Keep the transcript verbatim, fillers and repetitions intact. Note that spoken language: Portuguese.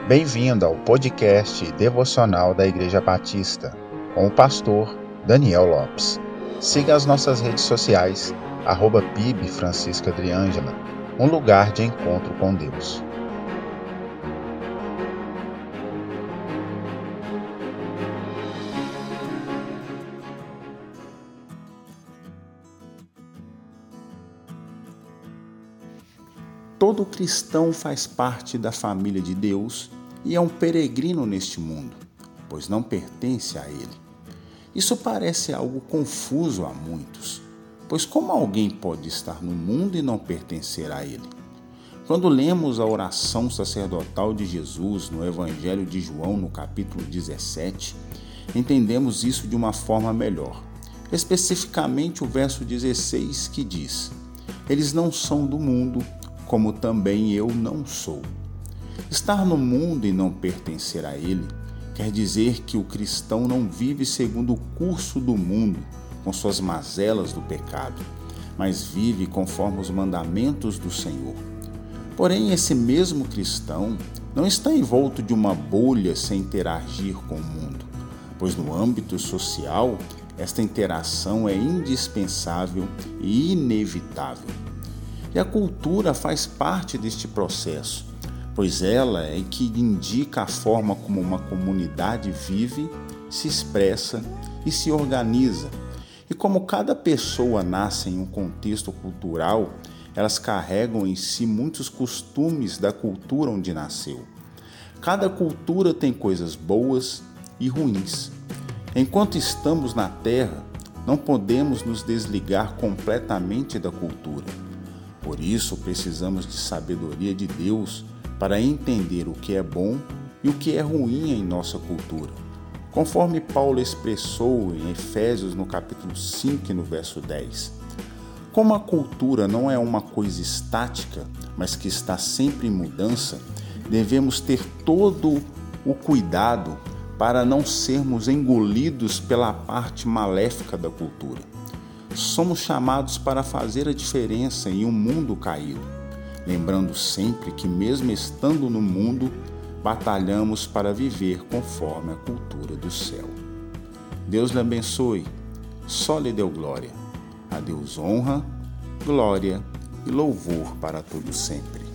Bem-vindo ao podcast devocional da Igreja Batista, com o pastor Daniel Lopes. Siga as nossas redes sociais, arroba P I B Francisca Adriângela, um lugar de encontro com Deus. Todo cristão faz parte da família de Deus e é um peregrino neste mundo, pois não pertence a ele. Isso parece algo confuso a muitos, pois como alguém pode estar no mundo e não pertencer a ele? Quando lemos a oração sacerdotal de Jesus no Evangelho de João, no capítulo dezessete, entendemos isso de uma forma melhor. Especificamente o verso dezesseis, que diz: Eles não são do mundo, como também eu não sou. Estar no mundo e não pertencer a ele quer dizer que o cristão não vive segundo o curso do mundo, com suas mazelas do pecado, mas vive conforme os mandamentos do Senhor. Porém, esse mesmo cristão não está envolto de uma bolha sem interagir com o mundo, pois no âmbito social, esta interação é indispensável e inevitável. E a cultura faz parte deste processo, pois ela é que indica a forma como uma comunidade vive, se expressa e se organiza. E como cada pessoa nasce em um contexto cultural, elas carregam em si muitos costumes da cultura onde nasceu. Cada cultura tem coisas boas e ruins. Enquanto estamos na Terra, não podemos nos desligar completamente da cultura. Por isso, precisamos de sabedoria de Deus para entender o que é bom e o que é ruim em nossa cultura. Conforme Paulo expressou em Efésios, no capítulo cinco, no verso dez. Como a cultura não é uma coisa estática, mas que está sempre em mudança, devemos ter todo o cuidado para não sermos engolidos pela parte maléfica da cultura. Somos chamados para fazer a diferença em um mundo caído, lembrando sempre que mesmo estando no mundo, batalhamos para viver conforme a cultura do céu. Deus lhe abençoe, só lhe deu glória. A Deus honra, glória e louvor para todo sempre.